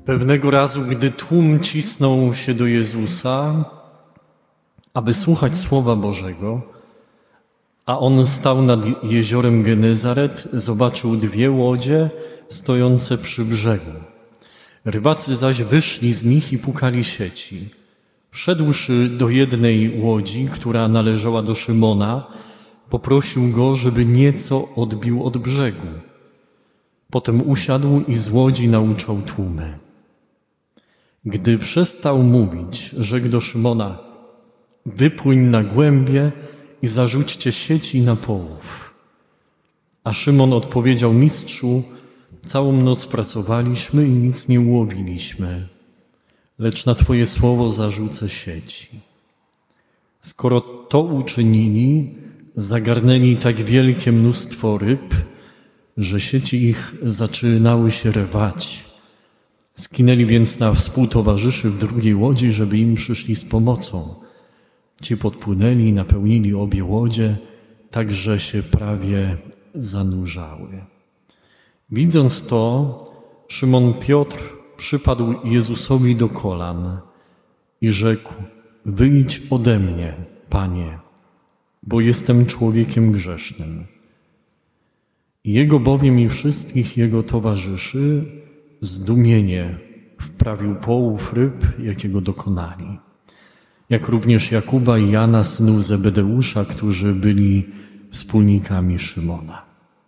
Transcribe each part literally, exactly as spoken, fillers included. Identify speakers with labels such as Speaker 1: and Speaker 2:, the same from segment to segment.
Speaker 1: Pewnego razu, gdy tłum cisnął się do Jezusa, aby słuchać Słowa Bożego, a on stał nad jeziorem Genezaret, zobaczył dwie łodzie stojące przy brzegu. Rybacy zaś wyszli z nich i pukali sieci. Wszedłszy do jednej łodzi, która należała do Szymona, poprosił go, żeby nieco odbił od brzegu. Potem usiadł i z łodzi nauczał tłumy. Gdy przestał mówić, rzekł do Szymona: wypłyń na głębie i zarzućcie sieci na połów. A Szymon odpowiedział: mistrzu, całą noc pracowaliśmy i nic nie ułowiliśmy, lecz na Twoje słowo zarzucę sieci. Skoro to uczynili, zagarnęli tak wielkie mnóstwo ryb, że sieci ich zaczynały się rwać. Skinęli więc na współtowarzyszy w drugiej łodzi, żeby im przyszli z pomocą. Ci podpłynęli i napełnili obie łodzie, tak że się prawie zanurzały. Widząc to, Szymon Piotr przypadł Jezusowi do kolan i rzekł: wyjdź ode mnie, Panie, bo jestem człowiekiem grzesznym. Jego bowiem i wszystkich jego towarzyszy zdumienie wprawił połów ryb, jakiego dokonali. Jak również Jakuba i Jana, synów Zebedeusza, którzy byli wspólnikami Szymona.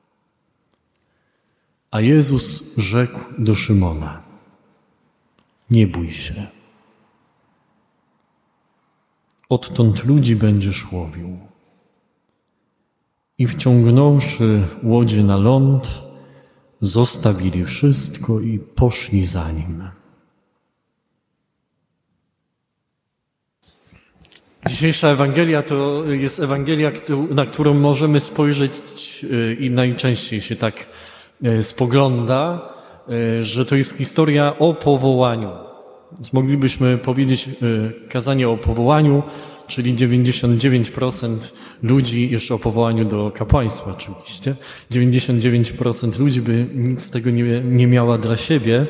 Speaker 1: A Jezus rzekł do Szymona: nie bój się. Odtąd ludzi będziesz łowił. I wciągnąwszy łodzie na ląd, zostawili wszystko i poszli za nim. Dzisiejsza Ewangelia to jest Ewangelia, na którą możemy spojrzeć i najczęściej się tak spogląda, że to jest historia o powołaniu. Więc moglibyśmy powiedzieć kazanie o powołaniu, czyli dziewięćdziesiąt dziewięć procent ludzi, jeszcze o powołaniu do kapłaństwa oczywiście, dziewięćdziesiąt dziewięć procent ludzi by nic z tego nie, nie miała dla siebie.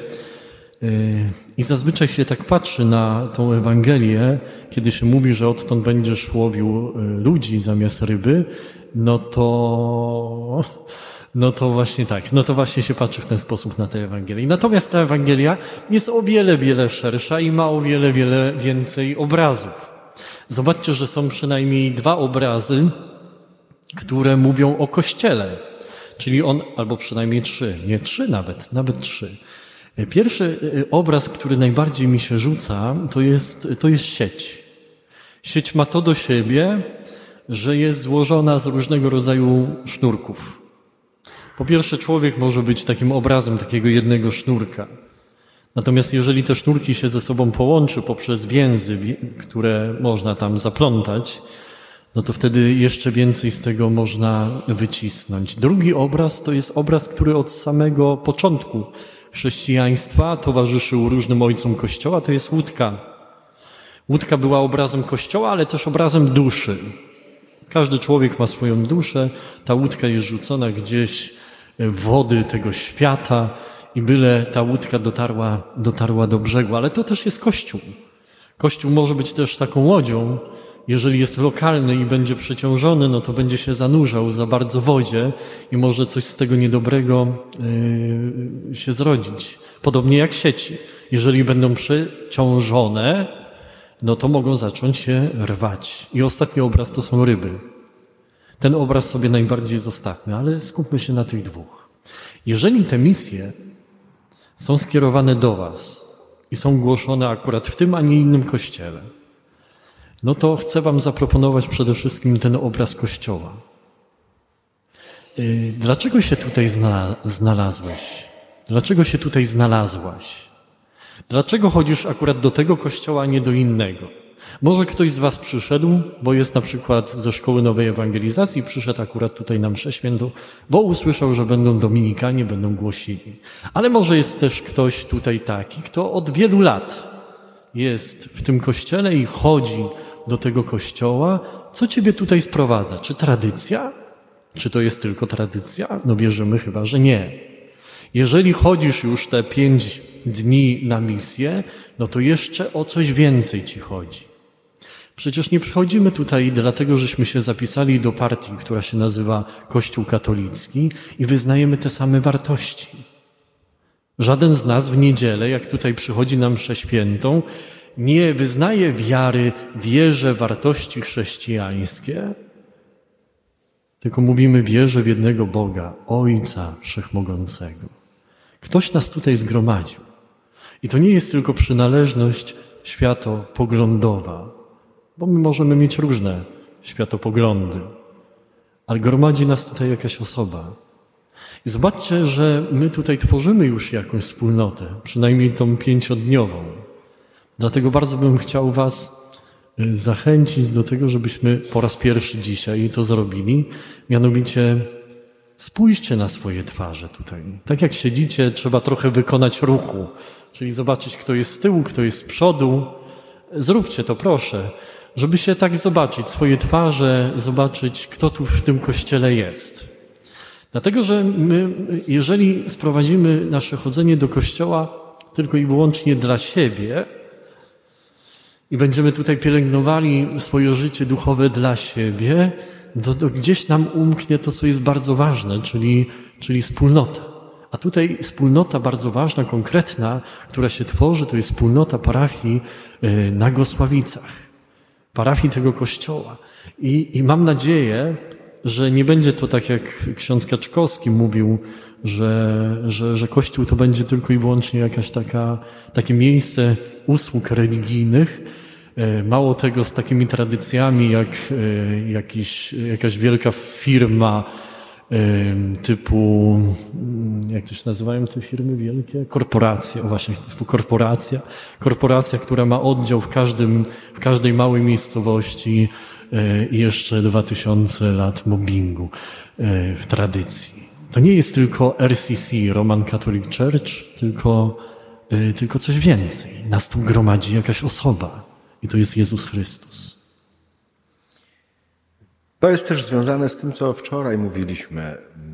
Speaker 1: I zazwyczaj się tak patrzy na tą Ewangelię, kiedy się mówi, że odtąd będziesz łowił ludzi zamiast ryby, no to, no to właśnie tak, no to właśnie się patrzy w ten sposób na tę Ewangelię. Natomiast ta Ewangelia jest o wiele, wiele szersza i ma o wiele, wiele więcej obrazów. Zobaczcie, że są przynajmniej dwa obrazy, które mówią o Kościele. Czyli on, albo przynajmniej trzy, nie trzy nawet, nawet trzy. Pierwszy obraz, który najbardziej mi się rzuca, to jest, to jest sieć. Sieć ma to do siebie, że jest złożona z różnego rodzaju sznurków. Po pierwsze, człowiek może być takim obrazem takiego jednego sznurka. Natomiast jeżeli te sznurki się ze sobą połączy poprzez więzy, które można tam zaplątać, no to wtedy jeszcze więcej z tego można wycisnąć. Drugi obraz to jest obraz, który od samego początku chrześcijaństwa towarzyszył różnym ojcom Kościoła, to jest łódka. Łódka była obrazem Kościoła, ale też obrazem duszy. Każdy człowiek ma swoją duszę, ta łódka jest rzucona gdzieś w wody tego świata i byle ta łódka dotarła, dotarła do brzegu, ale to też jest Kościół. Kościół może być też taką łodzią. Jeżeli jest lokalny i będzie przeciążony, no to będzie się zanurzał za bardzo w wodzie i może coś z tego niedobrego yy, się zrodzić. Podobnie jak sieci. Jeżeli będą przeciążone, no to mogą zacząć się rwać. I ostatni obraz to są ryby. Ten obraz sobie najbardziej zostawmy, ale skupmy się na tych dwóch. Jeżeli te misje są skierowane do was i są głoszone akurat w tym, a nie innym kościele, no to chcę wam zaproponować przede wszystkim ten obraz Kościoła. Dlaczego się tutaj znalazłeś? Dlaczego się tutaj znalazłaś? Dlaczego chodzisz akurat do tego kościoła, a nie do innego? Może ktoś z was przyszedł, bo jest na przykład ze Szkoły Nowej Ewangelizacji, przyszedł akurat tutaj na mszę świętą, bo usłyszał, że będą Dominikanie, będą głosili. Ale może jest też ktoś tutaj taki, kto od wielu lat jest w tym kościele i chodzi do tego kościoła. Co ciebie tutaj sprowadza? Czy tradycja? Czy to jest tylko tradycja? No wierzymy chyba, że nie. Jeżeli chodzisz już te pięć dni na misję, no to jeszcze o coś więcej ci chodzi. Przecież nie przychodzimy tutaj dlatego, żeśmy się zapisali do partii, która się nazywa Kościół katolicki i wyznajemy te same wartości. Żaden z nas w niedzielę, jak tutaj przychodzi na mszę świętą, nie wyznaje wiary, wierzę, wartości chrześcijańskie, tylko mówimy wierzę w jednego Boga, Ojca Wszechmogącego. Ktoś nas tutaj zgromadził. I to nie jest tylko przynależność światopoglądowa, bo my możemy mieć różne światopoglądy, ale gromadzi nas tutaj jakaś osoba. I zobaczcie, że my tutaj tworzymy już jakąś wspólnotę, przynajmniej tą pięciodniową. Dlatego bardzo bym chciał was zachęcić do tego, żebyśmy po raz pierwszy dzisiaj to zrobili. Mianowicie spójrzcie na swoje twarze tutaj. Tak jak siedzicie, trzeba trochę wykonać ruchu, czyli zobaczyć, kto jest z tyłu, kto jest z przodu. Zróbcie to, proszę, żeby się tak zobaczyć, swoje twarze, zobaczyć, kto tu w tym kościele jest. Dlatego, że my, jeżeli sprowadzimy nasze chodzenie do kościoła tylko i wyłącznie dla siebie i będziemy tutaj pielęgnowali swoje życie duchowe dla siebie, to, to gdzieś nam umknie to, co jest bardzo ważne, czyli, czyli wspólnota. A tutaj wspólnota bardzo ważna, konkretna, która się tworzy, to jest wspólnota parafii na Gosławicach, parafii tego kościoła. I, i mam nadzieję, że nie będzie to tak, jak ksiądz Kaczkowski mówił, że, że, że Kościół to będzie tylko i wyłącznie jakaś taka, takie miejsce usług religijnych. Mało tego, z takimi tradycjami jak jakiś, jakaś wielka firma typu, jak to się nazywają te firmy wielkie? Korporacja, o właśnie, typu korporacja. Korporacja, która ma oddział w każdym, w każdej małej miejscowości i jeszcze dwa tysiące lat mobbingu w tradycji. To nie jest tylko R C C, Roman Catholic Church, tylko, tylko coś więcej. Nas tu gromadzi jakaś osoba i to jest Jezus Chrystus.
Speaker 2: To jest też związane z tym, co wczoraj mówiliśmy.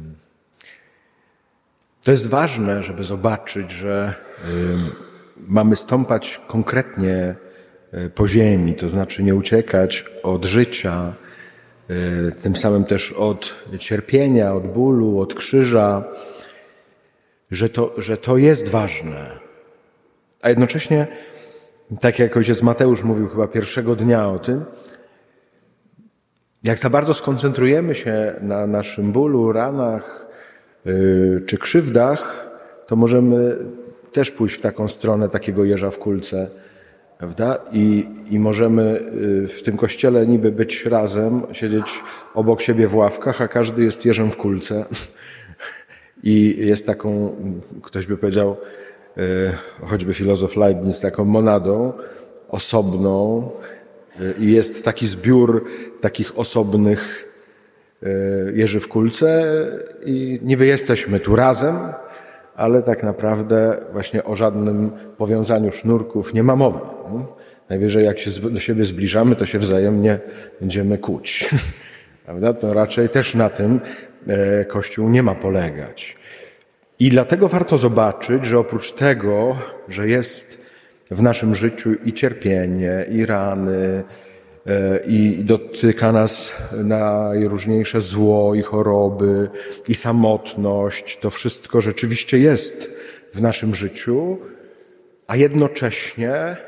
Speaker 2: To jest ważne, żeby zobaczyć, że mamy stąpać konkretnie po ziemi, to znaczy nie uciekać od życia, tym samym też od cierpienia, od bólu, od krzyża, że to, że to jest ważne. A jednocześnie, tak jak ojciec Mateusz mówił chyba pierwszego dnia o tym, jak za bardzo skoncentrujemy się na naszym bólu, ranach yy, czy krzywdach, to możemy też pójść w taką stronę takiego jeża w kulce, prawda? I, i możemy w tym kościele niby być razem, siedzieć obok siebie w ławkach, a każdy jest jeżem w kulce. I jest taką, ktoś by powiedział, yy, choćby filozof Leibniz, taką monadą osobną. I jest taki zbiór takich osobnych jeży w kulce i niby jesteśmy tu razem, ale tak naprawdę właśnie o żadnym powiązaniu sznurków nie ma mowy. Najwyżej jak się do siebie zbliżamy, to się wzajemnie będziemy kłuć. Prawda? To raczej też na tym Kościół nie ma polegać. I dlatego warto zobaczyć, że oprócz tego, że jest w naszym życiu i cierpienie, i rany, i dotyka nas najróżniejsze zło i choroby, i samotność. To wszystko rzeczywiście jest w naszym życiu, a jednocześnie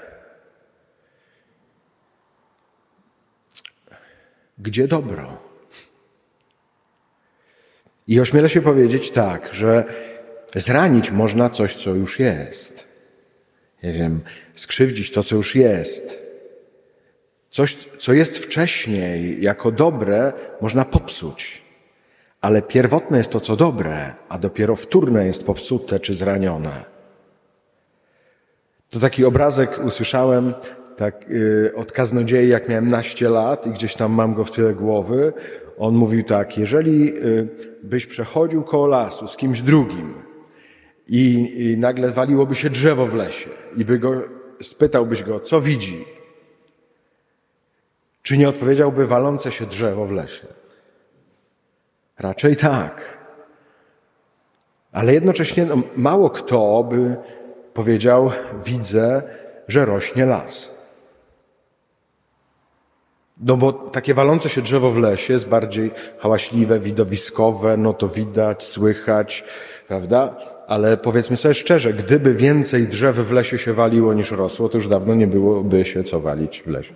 Speaker 2: gdzie dobro? I ośmielę się powiedzieć tak, że zranić można coś, co już jest. Nie wiem, skrzywdzić to, co już jest. Coś, co jest wcześniej jako dobre, można popsuć. Ale pierwotne jest to, co dobre, a dopiero wtórne jest popsute czy zranione. To taki obrazek usłyszałem tak, yy, od kaznodziei, jak miałem naście lat i gdzieś tam mam go w tyle głowy. On mówił tak, jeżeli yy, byś przechodził koło lasu z kimś drugim i, i nagle waliłoby się drzewo w lesie i by go, spytałbyś go, co widzi, czy nie odpowiedziałby walące się drzewo w lesie? Raczej tak. Ale jednocześnie no, mało kto by powiedział, widzę, że rośnie las. No bo takie walące się drzewo w lesie jest bardziej hałaśliwe, widowiskowe, no to widać, słychać, prawda? Ale powiedzmy sobie szczerze, gdyby więcej drzew w lesie się waliło niż rosło, to już dawno nie byłoby się co walić w lesie.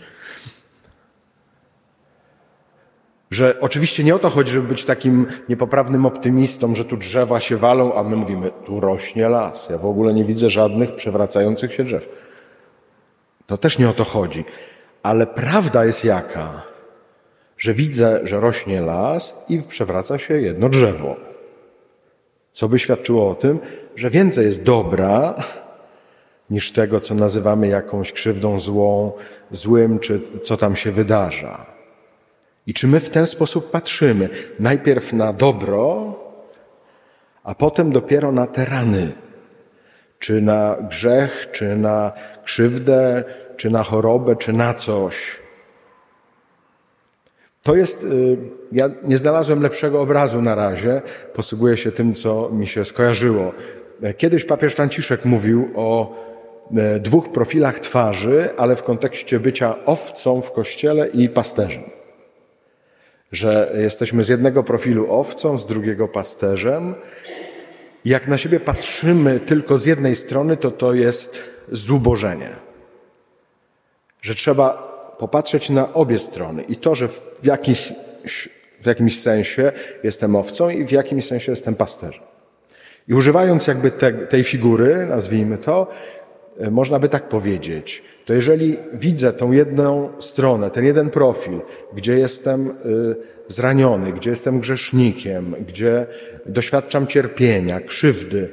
Speaker 2: Że oczywiście nie o to chodzi, żeby być takim niepoprawnym optymistą, że tu drzewa się walą, a my mówimy, tu rośnie las. Ja w ogóle nie widzę żadnych przewracających się drzew. To też nie o to chodzi. Ale prawda jest jaka, że widzę, że rośnie las i przewraca się jedno drzewo. Co by świadczyło o tym, że więcej jest dobra niż tego, co nazywamy jakąś krzywdą złą, złym, czy co tam się wydarza. I czy my w ten sposób patrzymy? Najpierw na dobro, a potem dopiero na te rany. Czy na grzech, czy na krzywdę, czy na chorobę, czy na coś. To jest, ja nie znalazłem lepszego obrazu na razie, posługuję się tym, co mi się skojarzyło. Kiedyś papież Franciszek mówił o dwóch profilach twarzy, ale w kontekście bycia owcą w kościele i pasterzem. Że jesteśmy z jednego profilu owcą, z drugiego pasterzem. Jak na siebie patrzymy tylko z jednej strony, to to jest zubożenie. Że trzeba popatrzeć na obie strony i to, że w, jakich, w jakimś sensie jestem owcą i w jakimś sensie jestem pasterzem. I używając jakby te, tej figury, nazwijmy to, można by tak powiedzieć, to jeżeli widzę tą jedną stronę, ten jeden profil, gdzie jestem zraniony, gdzie jestem grzesznikiem, gdzie doświadczam cierpienia, krzywdy,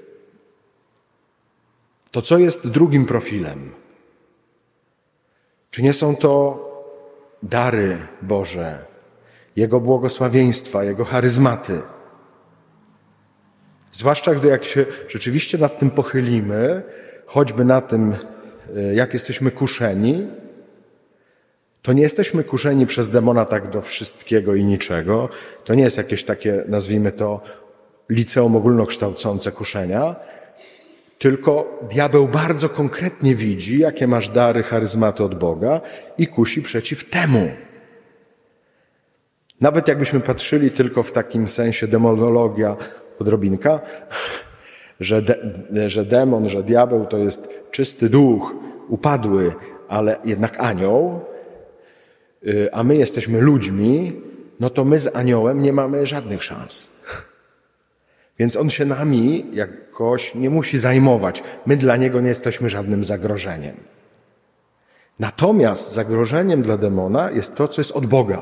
Speaker 2: to co jest drugim profilem? Czy nie są to dary Boże, Jego błogosławieństwa, Jego charyzmaty? Zwłaszcza gdy jak się rzeczywiście nad tym pochylimy, choćby na tym, jak jesteśmy kuszeni, to nie jesteśmy kuszeni przez demona tak do wszystkiego i niczego. To nie jest jakieś takie, nazwijmy to, liceum ogólnokształcące kuszenia, tylko diabeł bardzo konkretnie widzi, jakie masz dary, charyzmaty od Boga i kusi przeciw temu. Nawet jakbyśmy patrzyli tylko w takim sensie demonologia odrobinka, że, de, że demon, że diabeł to jest czysty duch, upadły, ale jednak anioł, a my jesteśmy ludźmi, no to my z aniołem nie mamy żadnych szans. Więc on się nami jakoś nie musi zajmować. My dla niego nie jesteśmy żadnym zagrożeniem. Natomiast zagrożeniem dla demona jest to, co jest od Boga.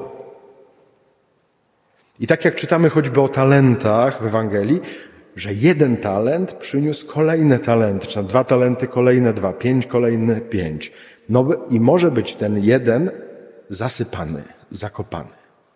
Speaker 2: I tak jak czytamy choćby o talentach w Ewangelii, że jeden talent przyniósł kolejne talenty, czy dwa talenty, kolejne dwa, pięć, kolejne pięć. No i może być ten jeden zasypany, zakopany.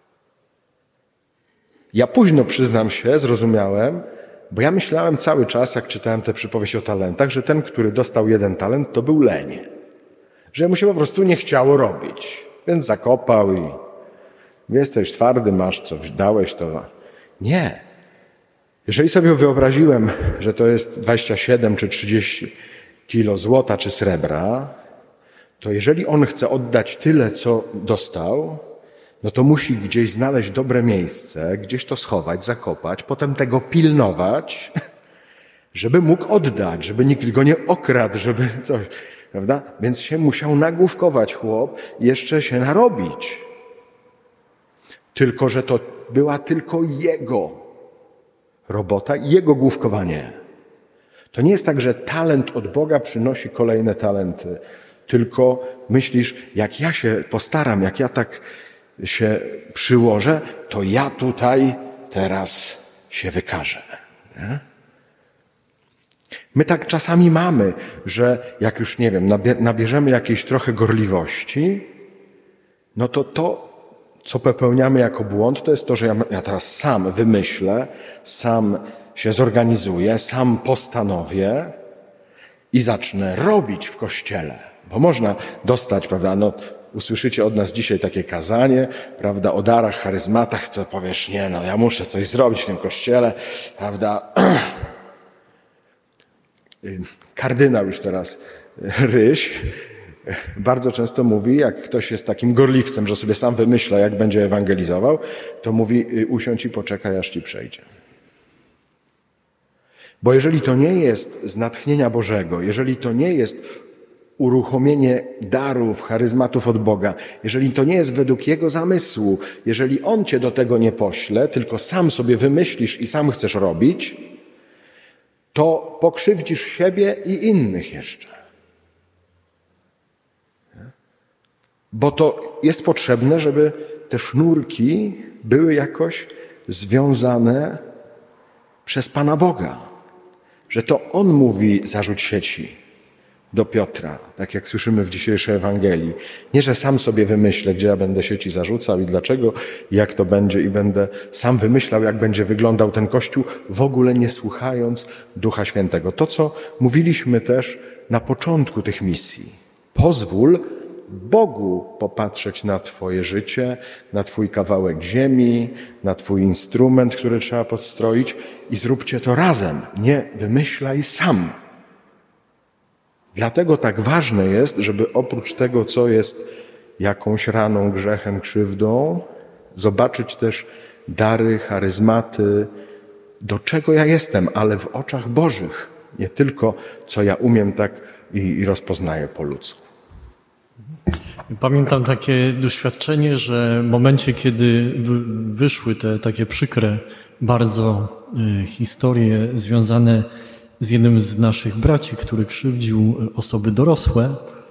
Speaker 2: Ja późno, przyznam się, zrozumiałem, bo ja myślałem cały czas, jak czytałem tę przypowieść o talentach, że ten, który dostał jeden talent, to był leń. Że mu się po prostu nie chciało robić. Więc zakopał i jesteś twardy, masz co dałeś, to... Nie. Jeżeli sobie wyobraziłem, że to jest dwadzieścia siedem czy trzydzieści kilo złota czy srebra, to jeżeli on chce oddać tyle, co dostał, no to musi gdzieś znaleźć dobre miejsce, gdzieś to schować, zakopać, potem tego pilnować, żeby mógł oddać, żeby nikt go nie okradł, żeby coś, prawda? Więc się musiał nagłówkować chłop i jeszcze się narobić. Tylko że to była tylko jego robota i jego główkowanie. To nie jest tak, że talent od Boga przynosi kolejne talenty, tylko myślisz, jak ja się postaram, jak ja tak się przyłożę, to ja tutaj teraz się wykażę. Nie? My tak czasami mamy, że jak już, nie wiem, nabierzemy jakiejś trochę gorliwości, no to to, co popełniamy jako błąd, to jest to, że ja, ja teraz sam wymyślę, sam się zorganizuję, sam postanowię i zacznę robić w kościele. Bo można dostać, prawda, no usłyszycie od nas dzisiaj takie kazanie, prawda, o darach, charyzmatach, to powiesz, nie no, ja muszę coś zrobić w tym kościele, prawda, Kardynał już teraz Ryś bardzo często mówi, jak ktoś jest takim gorliwcem, że sobie sam wymyśla, jak będzie ewangelizował, to mówi: usiądź i poczekaj, aż ci przejdzie. Bo jeżeli to nie jest z natchnienia Bożego, jeżeli to nie jest uruchomienie darów, charyzmatów od Boga, jeżeli to nie jest według Jego zamysłu, jeżeli On cię do tego nie pośle, tylko sam sobie wymyślisz i sam chcesz robić, to pokrzywdzisz siebie i innych jeszcze. Bo to jest potrzebne, żeby te sznurki były jakoś związane przez Pana Boga. Że to On mówi: zarzuć sieci do Piotra, tak jak słyszymy w dzisiejszej Ewangelii. Nie, że sam sobie wymyślę, gdzie ja będę sieci zarzucał i dlaczego, jak to będzie, i będę sam wymyślał, jak będzie wyglądał ten Kościół, w ogóle nie słuchając Ducha Świętego. To, co mówiliśmy też na początku tych misji. Pozwól Bogu popatrzeć na twoje życie, na twój kawałek ziemi, na twój instrument, który trzeba podstroić, i zróbcie to razem. Nie wymyślaj sam. Dlatego tak ważne jest, żeby oprócz tego, co jest jakąś raną, grzechem, krzywdą, zobaczyć też dary, charyzmaty, do czego ja jestem, ale w oczach Bożych. Nie tylko, co ja umiem tak i, i rozpoznaję po ludzku.
Speaker 1: Pamiętam takie doświadczenie, że w momencie, kiedy wyszły te takie przykre bardzo historie związane z jednym z naszych braci, który krzywdził osoby dorosłe,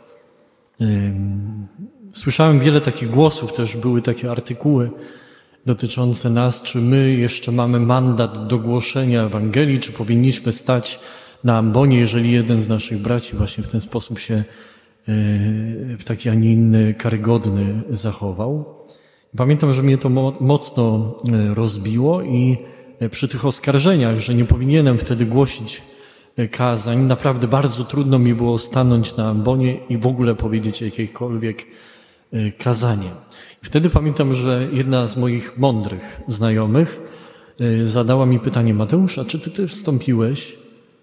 Speaker 1: słyszałem wiele takich głosów, też były takie artykuły dotyczące nas, czy my jeszcze mamy mandat do głoszenia Ewangelii, czy powinniśmy stać na ambonie, jeżeli jeden z naszych braci właśnie w ten sposób się w taki, a nie inny, karygodny zachował. Pamiętam, że mnie to mocno rozbiło i przy tych oskarżeniach, że nie powinienem wtedy głosić kazań, naprawdę bardzo trudno mi było stanąć na ambonie i w ogóle powiedzieć jakiekolwiek kazanie. Wtedy pamiętam, że jedna z moich mądrych znajomych zadała mi pytanie: Mateusz, a czy ty, ty wstąpiłeś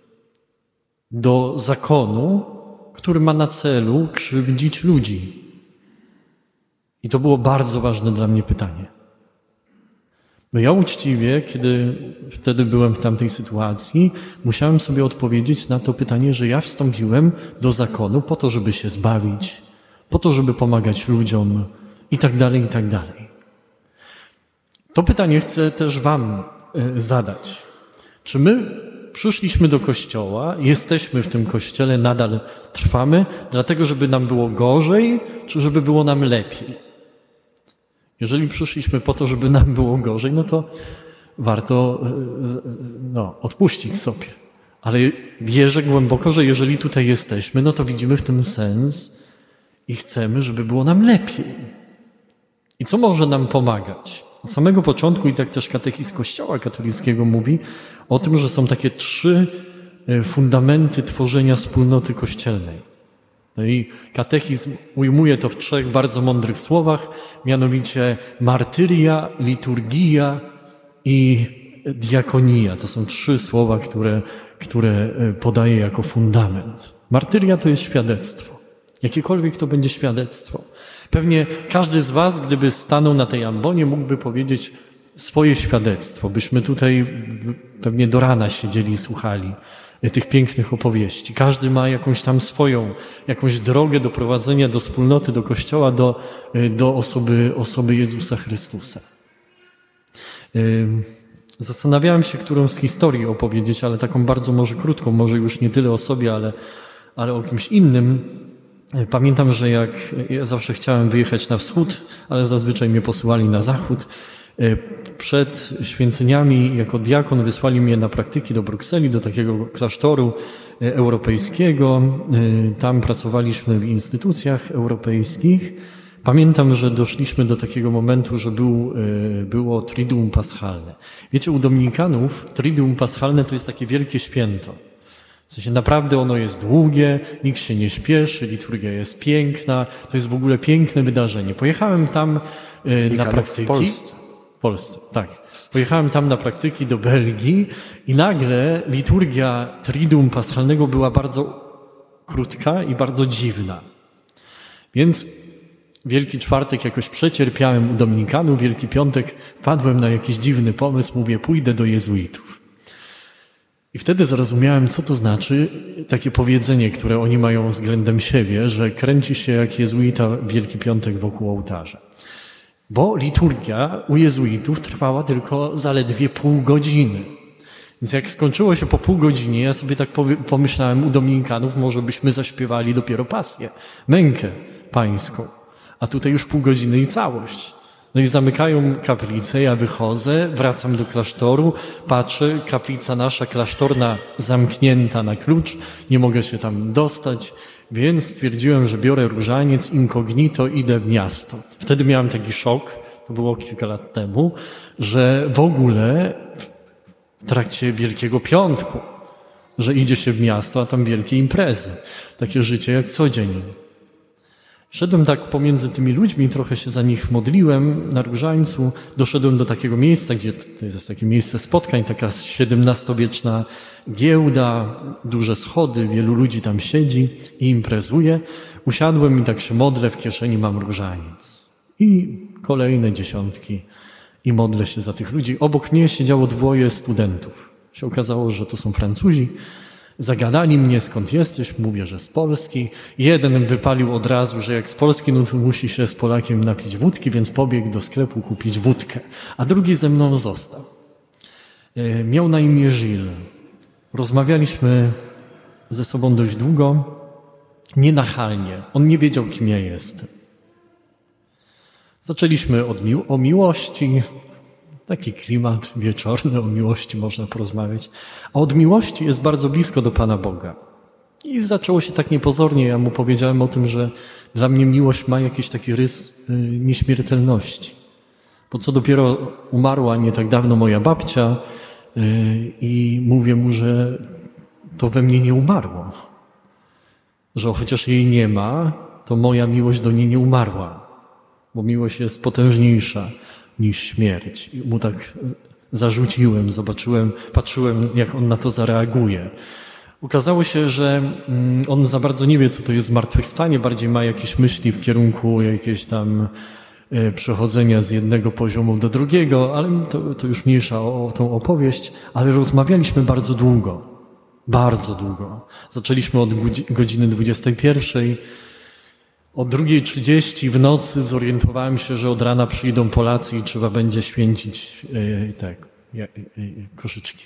Speaker 1: do zakonu, który ma na celu krzywdzić ludzi? I to było bardzo ważne dla mnie pytanie. Bo ja uczciwie, kiedy wtedy byłem w tamtej sytuacji, musiałem sobie odpowiedzieć na to pytanie, że ja wstąpiłem do zakonu po to, żeby się zbawić, po to, żeby pomagać ludziom i tak dalej, i tak dalej. To pytanie chcę też wam zadać. Czy my przyszliśmy do Kościoła, jesteśmy w tym Kościele, nadal trwamy, dlatego żeby nam było gorzej, czy żeby było nam lepiej? Jeżeli przyszliśmy po to, żeby nam było gorzej, no to warto no, odpuścić sobie. Ale wierzę głęboko, że jeżeli tutaj jesteśmy, no to widzimy w tym sens i chcemy, żeby było nam lepiej. I co może nam pomagać? Od samego początku, i tak też katechizm Kościoła katolickiego mówi o tym, że są takie trzy fundamenty tworzenia wspólnoty kościelnej. No i katechizm ujmuje to w trzech bardzo mądrych słowach, mianowicie martyria, liturgia i diakonia. To są trzy słowa, które, które podaje jako fundament. Martyria to jest świadectwo. Jakiekolwiek to będzie świadectwo. Pewnie każdy z was, gdyby stanął na tej ambonie, mógłby powiedzieć swoje świadectwo. Byśmy tutaj pewnie do rana siedzieli i słuchali tych pięknych opowieści. Każdy ma jakąś tam swoją, jakąś drogę do prowadzenia do wspólnoty, do Kościoła, do, do osoby, osoby Jezusa Chrystusa. Zastanawiałem się, którą z historii opowiedzieć, ale taką bardzo może krótką, może już nie tyle o sobie, ale, ale o kimś innym. Pamiętam, że jak ja zawsze chciałem wyjechać na wschód, ale zazwyczaj mnie posyłali na zachód. Przed święceniami jako diakon wysłali mnie na praktyki do Brukseli, do takiego klasztoru europejskiego. Tam pracowaliśmy w instytucjach europejskich. Pamiętam, że doszliśmy do takiego momentu, że był, było Triduum Paschalne. Wiecie, u Dominikanów Triduum Paschalne to jest takie wielkie święto. W sensie naprawdę ono jest długie, nikt się nie śpieszy, liturgia jest piękna, to jest w ogóle piękne wydarzenie. Pojechałem tam na praktyki.
Speaker 2: W Polsce.
Speaker 1: W Polsce, tak. Pojechałem tam na praktyki do Belgii i nagle liturgia Triduum Paschalnego była bardzo krótka i bardzo dziwna. Więc Wielki Czwartek jakoś przecierpiałem u Dominikanów, Wielki Piątek wpadłem na jakiś dziwny pomysł, mówię, pójdę do jezuitów. I wtedy zrozumiałem, co to znaczy takie powiedzenie, które oni mają względem siebie, że kręci się jak jezuita Wielki Piątek wokół ołtarza. Bo liturgia u jezuitów trwała tylko zaledwie pół godziny. Więc jak skończyło się po pół godzinie, ja sobie tak pomyślałem u Dominikanów, może byśmy zaśpiewali dopiero pasję, mękę pańską. A tutaj już pół godziny i całość. No i zamykają kaplicę, ja wychodzę, wracam do klasztoru, patrzę, kaplica nasza klasztorna zamknięta na klucz, nie mogę się tam dostać, więc stwierdziłem, że biorę różaniec, incognito, idę w miasto. Wtedy miałem taki szok, to było kilka lat temu, że w ogóle w trakcie Wielkiego Piątku, że idzie się w miasto, a tam wielkie imprezy. Takie życie jak co dzień. Szedłem tak pomiędzy tymi ludźmi, trochę się za nich modliłem na różańcu. Doszedłem do takiego miejsca, gdzie to jest takie miejsce spotkań, taka siedemnastowieczna giełda, duże schody, wielu ludzi tam siedzi i imprezuje. Usiadłem i tak się modlę, w kieszeni mam różaniec. I kolejne dziesiątki i modlę się za tych ludzi. Obok mnie siedziało dwoje studentów. Się okazało, że to są Francuzi. Zagadali mnie, skąd jesteś, mówię, że z Polski. Jeden wypalił od razu, że jak z Polski, no to musi się z Polakiem napić wódki, więc pobiegł do sklepu kupić wódkę. A drugi ze mną został. E, miał na imię Gilles. Rozmawialiśmy ze sobą dość długo, nienachalnie. On nie wiedział, kim ja jestem. Zaczęliśmy od mi- o miłości, taki klimat wieczorny, o miłości można porozmawiać. A od miłości jest bardzo blisko do Pana Boga. I zaczęło się tak niepozornie. Ja mu powiedziałem o tym, że dla mnie miłość ma jakiś taki rys y, nieśmiertelności. Bo co dopiero umarła nie tak dawno moja babcia y, i mówię mu, że to we mnie nie umarło. Że chociaż jej nie ma, to moja miłość do niej nie umarła. Bo miłość jest potężniejsza niż śmierć. I mu tak zarzuciłem, zobaczyłem, patrzyłem, jak on na to zareaguje. Okazało się, że on za bardzo nie wie, co to jest zmartwychwstanie, bardziej ma jakieś myśli w kierunku jakieś tam przechodzenia z jednego poziomu do drugiego, ale to, to już mniejsza o, o tą opowieść, ale rozmawialiśmy bardzo długo. Bardzo długo. Zaczęliśmy od godziny dwudziestej pierwszej. O drugiej trzydzieści w nocy zorientowałem się, że od rana przyjdą Polacy i trzeba będzie święcić yy, tak, yy, yy, koszyczki.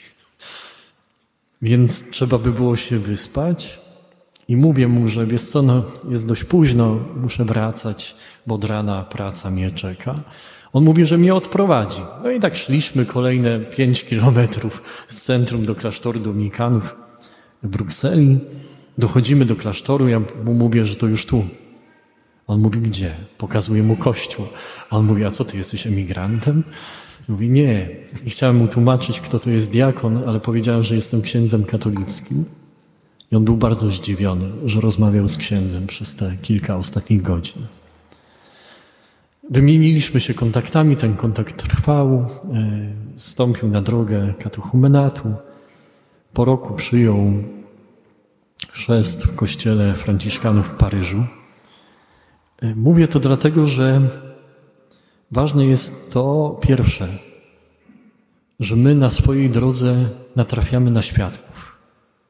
Speaker 1: Więc trzeba by było się wyspać i mówię mu, że wiesz co, no, jest dość późno, muszę wracać, bo od rana praca mnie czeka. On mówi, że mnie odprowadzi. No i tak szliśmy kolejne pięć kilometrów z centrum do klasztoru Dominikanów w Brukseli. Dochodzimy do klasztoru, ja mu mówię, że to już tu. On mówi, gdzie? Pokazuje mu kościół. A on mówi, a co, ty jesteś emigrantem? Mówi, nie. I chciałem mu tłumaczyć, kto to jest diakon, ale powiedziałem, że jestem księdzem katolickim. I on był bardzo zdziwiony, że rozmawiał z księdzem przez te kilka ostatnich godzin. Wymieniliśmy się kontaktami, ten kontakt trwał. Wstąpił na drogę katechumenatu. Po roku przyjął chrzest w kościele franciszkanów w Paryżu. Mówię to dlatego, że ważne jest to pierwsze, że my na swojej drodze natrafiamy na świadków.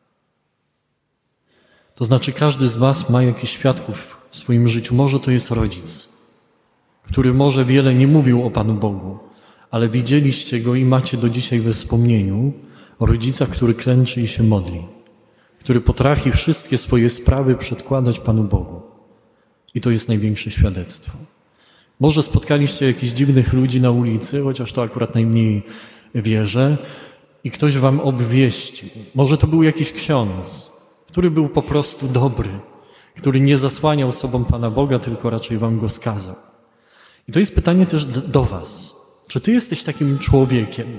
Speaker 1: To znaczy każdy z was ma jakichś świadków w swoim życiu. Może to jest rodzic, który może wiele nie mówił o Panu Bogu, ale widzieliście go i macie do dzisiaj we wspomnieniu o rodzicach, który klęczy i się modli, który potrafi wszystkie swoje sprawy przedkładać Panu Bogu. I to jest największe świadectwo. Może spotkaliście jakichś dziwnych ludzi na ulicy, chociaż to akurat najmniej wierzę, i ktoś wam obwieścił. Może to był jakiś ksiądz, który był po prostu dobry, który nie zasłaniał sobą Pana Boga, tylko raczej wam go skazał. I to jest pytanie też do was. Czy ty jesteś takim człowiekiem,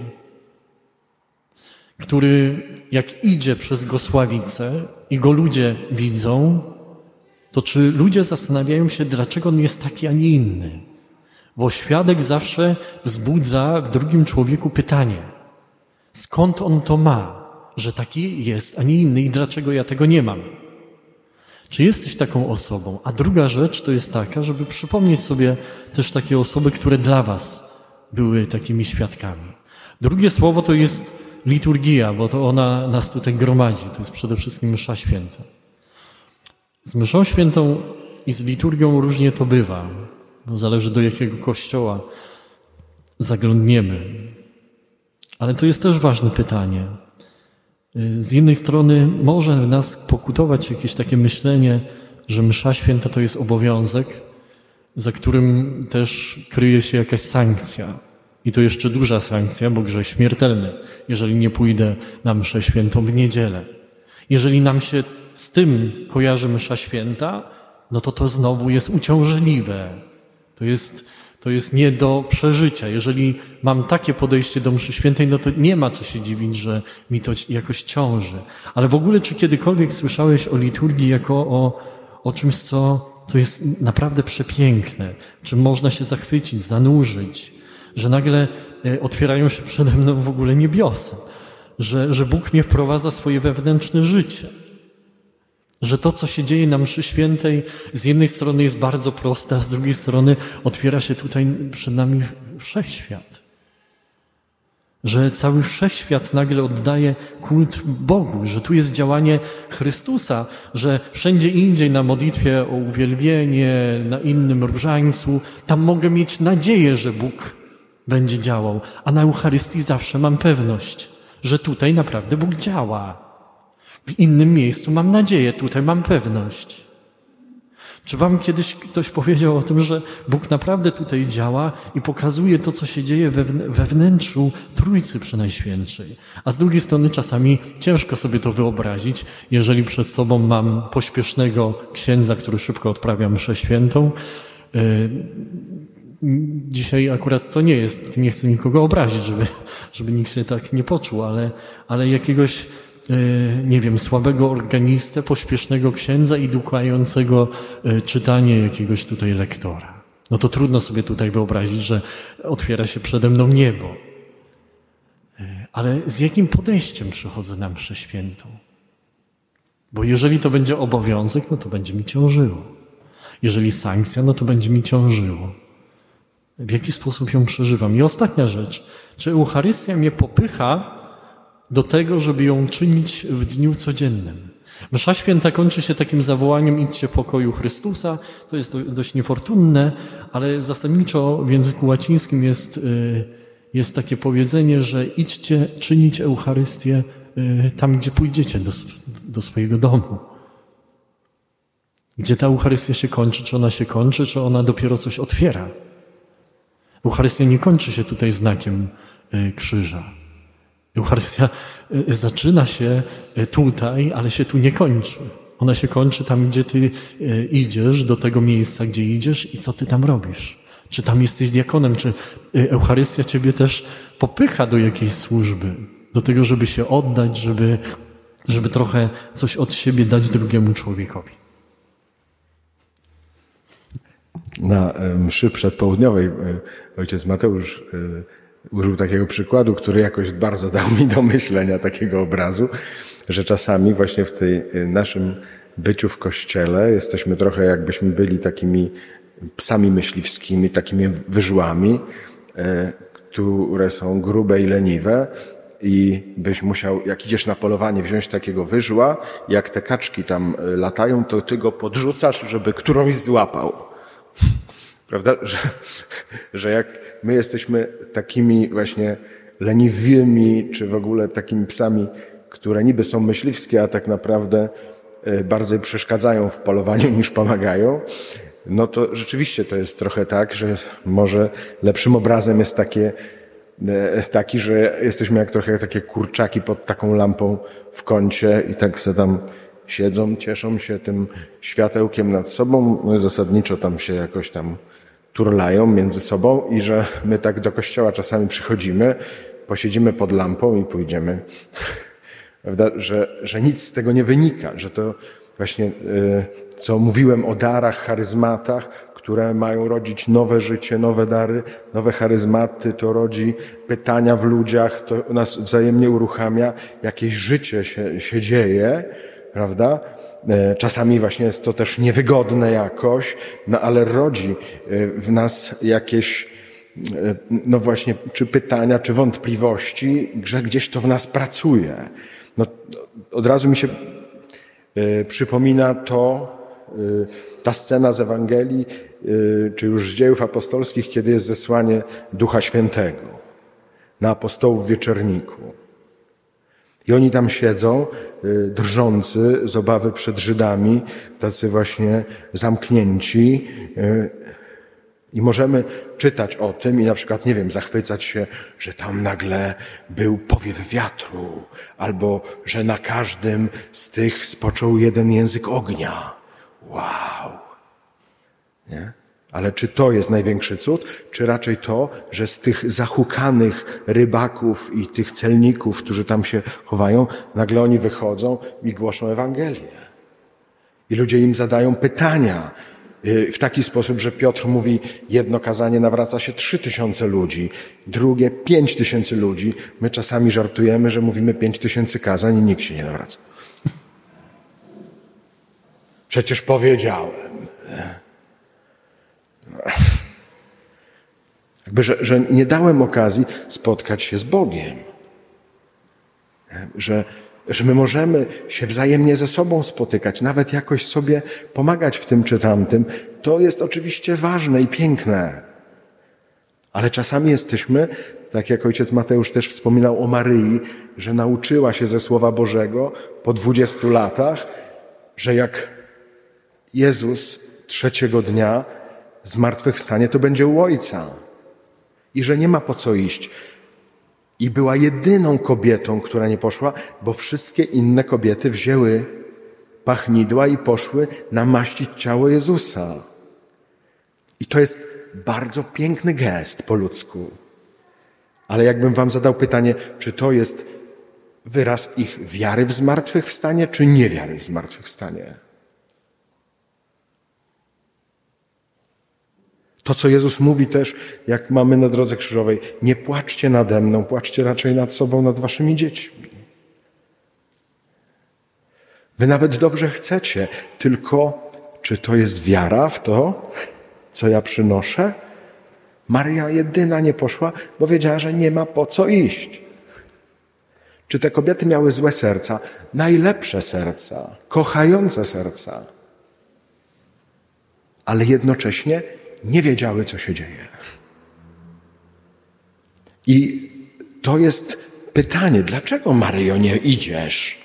Speaker 1: który jak idzie przez Gosławice i go ludzie widzą, to czy ludzie zastanawiają się, dlaczego on jest taki, a nie inny? Bo świadek zawsze wzbudza w drugim człowieku pytanie. Skąd on to ma, że taki jest, a nie inny i dlaczego ja tego nie mam? Czy jesteś taką osobą? A druga rzecz to jest taka, żeby przypomnieć sobie też takie osoby, które dla was były takimi świadkami. Drugie słowo to jest liturgia, bo to ona nas tutaj gromadzi. To jest przede wszystkim msza święta. Z mszą świętą i z liturgią różnie to bywa, bo zależy do jakiego kościoła zaglądniemy. Ale to jest też ważne pytanie. Z jednej strony może w nas pokutować jakieś takie myślenie, że msza święta to jest obowiązek, za którym też kryje się jakaś sankcja. I to jeszcze duża sankcja, bo grzech śmiertelny, jeżeli nie pójdę na mszę świętą w niedzielę. Jeżeli nam się z tym kojarzy msza święta, no to to znowu jest uciążliwe. To jest, to jest nie do przeżycia. Jeżeli mam takie podejście do mszy świętej, no to nie ma co się dziwić, że mi to jakoś ciąży. Ale w ogóle, czy kiedykolwiek słyszałeś o liturgii jako o, o czymś, co, co jest naprawdę przepiękne, czym można się zachwycić, zanurzyć, że nagle otwierają się przede mną w ogóle niebiosa, że, że Bóg mnie wprowadza w swoje wewnętrzne życie. Że to, co się dzieje na mszy świętej, z jednej strony jest bardzo proste, a z drugiej strony otwiera się tutaj przed nami wszechświat. Że cały wszechświat nagle oddaje kult Bogu, że tu jest działanie Chrystusa, że wszędzie indziej na modlitwie o uwielbienie, na innym różańcu, tam mogę mieć nadzieję, że Bóg będzie działał, a na Eucharystii zawsze mam pewność, że tutaj naprawdę Bóg działa. W innym miejscu mam nadzieję, tutaj mam pewność. Czy wam kiedyś ktoś powiedział o tym, że Bóg naprawdę tutaj działa i pokazuje to, co się dzieje we wnętrzu Trójcy Przenajświętszej? A z drugiej strony czasami ciężko sobie to wyobrazić, jeżeli przed sobą mam pośpiesznego księdza, który szybko odprawia mszę świętą. Dzisiaj akurat to nie jest, nie chcę nikogo obrazić, żeby, żeby nikt się tak nie poczuł, ale, ale jakiegoś nie wiem, słabego organistę, pośpiesznego księdza i dukającego czytanie jakiegoś tutaj lektora. No to trudno sobie tutaj wyobrazić, że otwiera się przede mną niebo. Ale z jakim podejściem przychodzę na mszę świętą? Bo jeżeli to będzie obowiązek, no to będzie mi ciążyło. Jeżeli sankcja, no to będzie mi ciążyło. W jaki sposób ją przeżywam? I ostatnia rzecz. Czy Eucharystia mnie popycha do tego, żeby ją czynić w dniu codziennym? Msza święta kończy się takim zawołaniem: idźcie w pokoju Chrystusa. To jest dość niefortunne, ale zasadniczo w języku łacińskim jest, jest takie powiedzenie, że idźcie czynić Eucharystię tam, gdzie pójdziecie, do, do swojego domu. Gdzie ta Eucharystia się kończy? Czy ona się kończy, czy ona dopiero coś otwiera? Eucharystia nie kończy się tutaj znakiem krzyża. Eucharystia zaczyna się tutaj, ale się tu nie kończy. Ona się kończy tam, gdzie ty idziesz, do tego miejsca, gdzie idziesz i co ty tam robisz. Czy tam jesteś diakonem, czy Eucharystia ciebie też popycha do jakiejś służby, do tego, żeby się oddać, żeby, żeby trochę coś od siebie dać drugiemu człowiekowi.
Speaker 2: Na mszy przedpołudniowej ojciec Mateusz użył takiego przykładu, który jakoś bardzo dał mi do myślenia, takiego obrazu, że czasami właśnie w tej naszym byciu w kościele jesteśmy trochę jakbyśmy byli takimi psami myśliwskimi, takimi wyżłami, które są grube i leniwe, i byś musiał, jak idziesz na polowanie, wziąć takiego wyżła, jak te kaczki tam latają, to ty go podrzucasz, żeby którąś złapał. Prawda? Że, że jak my jesteśmy takimi właśnie leniwymi, czy w ogóle takimi psami, które niby są myśliwskie, a tak naprawdę bardziej przeszkadzają w polowaniu niż pomagają, no to rzeczywiście to jest trochę tak, że może lepszym obrazem jest takie, taki, że jesteśmy jak trochę takie kurczaki pod taką lampą w kącie i tak se tam siedzą, cieszą się tym światełkiem nad sobą, no i zasadniczo tam się jakoś tam turlają między sobą i że my tak do kościoła czasami przychodzimy, posiedzimy pod lampą i pójdziemy. Prawda? Że, że nic z tego nie wynika, że to właśnie, co mówiłem o darach, charyzmatach, które mają rodzić nowe życie, nowe dary, nowe charyzmaty, to rodzi pytania w ludziach, to nas wzajemnie uruchamia, jakieś życie się, się dzieje, prawda? Czasami właśnie jest to też niewygodne jakoś, no ale rodzi w nas jakieś, no właśnie, czy pytania, czy wątpliwości, że gdzieś to w nas pracuje. No, od razu mi się y, przypomina to, y, ta scena z Ewangelii, y, czy już z Dziejów Apostolskich, kiedy jest zesłanie Ducha Świętego na apostołów w wieczorniku. I oni tam siedzą, y, drżący z obawy przed Żydami, tacy właśnie zamknięci. Y, I możemy czytać o tym i na przykład, nie wiem, zachwycać się, że tam nagle był powiew wiatru, albo że na każdym z tych spoczął jeden język ognia. Wow! Nie? Ale czy to jest największy cud, czy raczej to, że z tych zahukanych rybaków i tych celników, którzy tam się chowają, nagle oni wychodzą i głoszą Ewangelię. I ludzie im zadają pytania w taki sposób, że Piotr mówi, jedno kazanie nawraca się trzy tysiące ludzi, drugie pięć tysięcy ludzi. My czasami żartujemy, że mówimy pięć tysięcy kazań i nikt się nie nawraca. Przecież powiedziałem. Jakby, że, że nie dałem okazji spotkać się z Bogiem. Że, że my możemy się wzajemnie ze sobą spotykać, nawet jakoś sobie pomagać w tym czy tamtym. To jest oczywiście ważne i piękne. Ale czasami jesteśmy, tak jak ojciec Mateusz też wspominał o Maryi, że nauczyła się ze Słowa Bożego po dwudziestu latach, że jak Jezus trzeciego dnia zmartwychwstanie, to będzie u Ojca. I że nie ma po co iść. I była jedyną kobietą, która nie poszła, bo wszystkie inne kobiety wzięły pachnidła i poszły namaścić ciało Jezusa. I to jest bardzo piękny gest po ludzku. Ale jakbym wam zadał pytanie, czy to jest wyraz ich wiary w zmartwychwstanie, czy niewiary w zmartwychwstanie? To, co Jezus mówi też, jak mamy na drodze krzyżowej, nie płaczcie nade mną, płaczcie raczej nad sobą, nad waszymi dziećmi. Wy nawet dobrze chcecie, tylko czy to jest wiara w to, co ja przynoszę? Maryja jedyna nie poszła, bo wiedziała, że nie ma po co iść. Czy te kobiety miały złe serca? Najlepsze serca, kochające serca. Ale jednocześnie nie wiedziały, co się dzieje. I to jest pytanie, dlaczego, Maryjo, nie idziesz?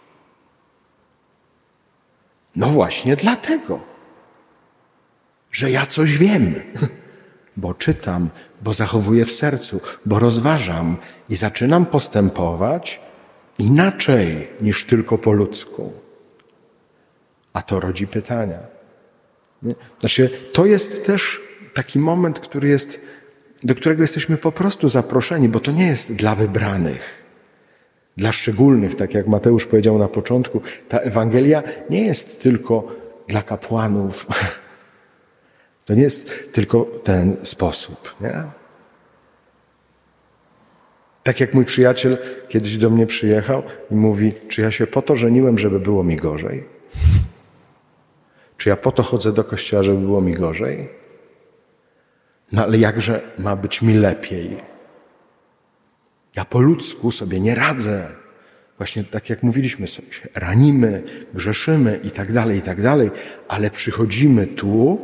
Speaker 2: No właśnie dlatego, że ja coś wiem, bo czytam, bo zachowuję w sercu, bo rozważam i zaczynam postępować inaczej niż tylko po ludzku. A to rodzi pytania. Nie? Znaczy, to jest też taki moment, który jest, do którego jesteśmy po prostu zaproszeni, bo to nie jest dla wybranych, dla szczególnych, tak jak Mateusz powiedział na początku. Ta Ewangelia nie jest tylko dla kapłanów. To nie jest tylko ten sposób. Nie? Tak jak mój przyjaciel kiedyś do mnie przyjechał i mówi, czy ja się po to żeniłem, żeby było mi gorzej? Czy ja po to chodzę do kościoła, żeby było mi gorzej? No ale jakże ma być mi lepiej? Ja po ludzku sobie nie radzę. Właśnie tak jak mówiliśmy sobie, ranimy, grzeszymy i tak dalej, i tak dalej, ale przychodzimy tu,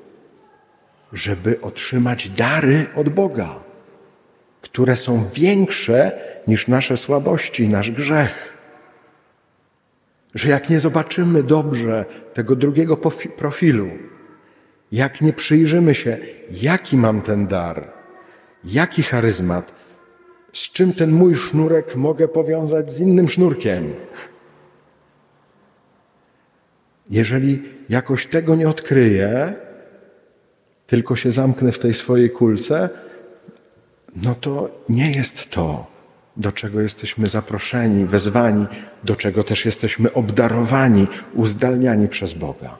Speaker 2: żeby otrzymać dary od Boga, które są większe niż nasze słabości, nasz grzech. Że jak nie zobaczymy dobrze tego drugiego profilu, jak nie przyjrzymy się, jaki mam ten dar, jaki charyzmat, z czym ten mój sznurek mogę powiązać z innym sznurkiem. Jeżeli jakoś tego nie odkryję, tylko się zamknę w tej swojej kulce, no to nie jest to, do czego jesteśmy zaproszeni, wezwani, do czego też jesteśmy obdarowani, uzdalniani przez Boga.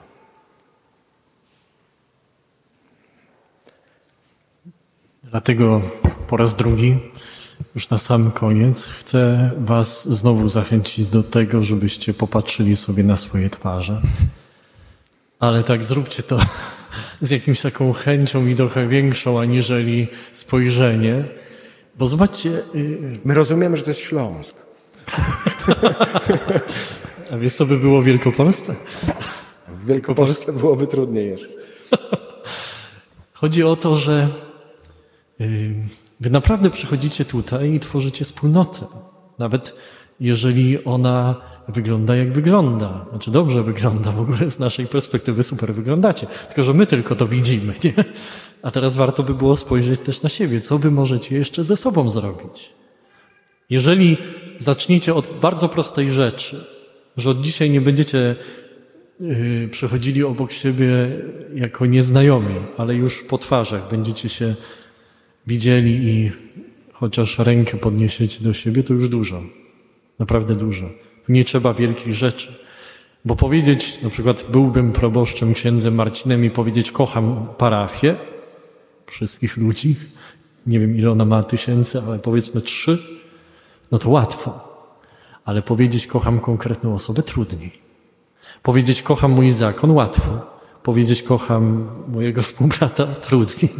Speaker 1: Dlatego po raz drugi, już na sam koniec, chcę was znowu zachęcić do tego, żebyście popatrzyli sobie na swoje twarze. Ale tak zróbcie to z jakimś taką chęcią i trochę większą, aniżeli spojrzenie. Bo zobaczcie... Yy...
Speaker 2: My rozumiemy, że to jest Śląsk.
Speaker 1: A wiesz, co by było w Wielkopolsce?
Speaker 2: W Wielkopolsce byłoby trudniej jeszcze.
Speaker 1: Chodzi o to, że yy, wy naprawdę przychodzicie tutaj i tworzycie wspólnotę. Nawet jeżeli ona wygląda jak wygląda. Znaczy dobrze wygląda, w ogóle z naszej perspektywy super wyglądacie. Tylko, że my tylko to widzimy, nie? A teraz warto by było spojrzeć też na siebie. Co wy możecie jeszcze ze sobą zrobić? Jeżeli zaczniecie od bardzo prostej rzeczy, że od dzisiaj nie będziecie yy, przechodzili obok siebie jako nieznajomi, ale już po twarzach będziecie się widzieli i chociaż rękę podniesiecie do siebie, to już dużo. Naprawdę dużo. Tu nie trzeba wielkich rzeczy. Bo powiedzieć, na przykład byłbym proboszczem księdzem Marcinem i powiedzieć kocham parafię, wszystkich ludzi, nie wiem ile ona ma tysięcy, ale powiedzmy trzy, no to łatwo. Ale powiedzieć kocham konkretną osobę trudniej. Powiedzieć kocham mój zakon łatwo. Powiedzieć kocham mojego współbrata trudniej.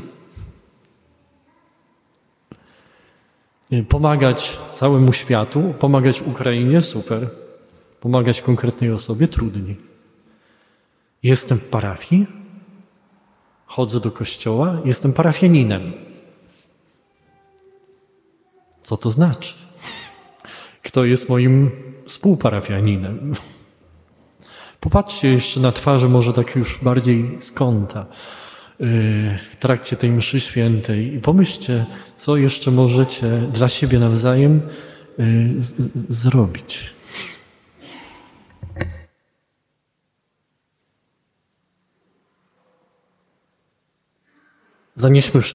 Speaker 1: Pomagać całemu światu, pomagać Ukrainie, super. Pomagać konkretnej osobie, trudniej. Jestem w parafii, chodzę do kościoła, jestem parafianinem. Co to znaczy? Kto jest moim współparafianinem? Popatrzcie jeszcze na twarze, może tak już bardziej z kąta, w trakcie tej mszy świętej i pomyślcie, co jeszcze możecie dla siebie nawzajem z- z- zrobić. Zanieśmy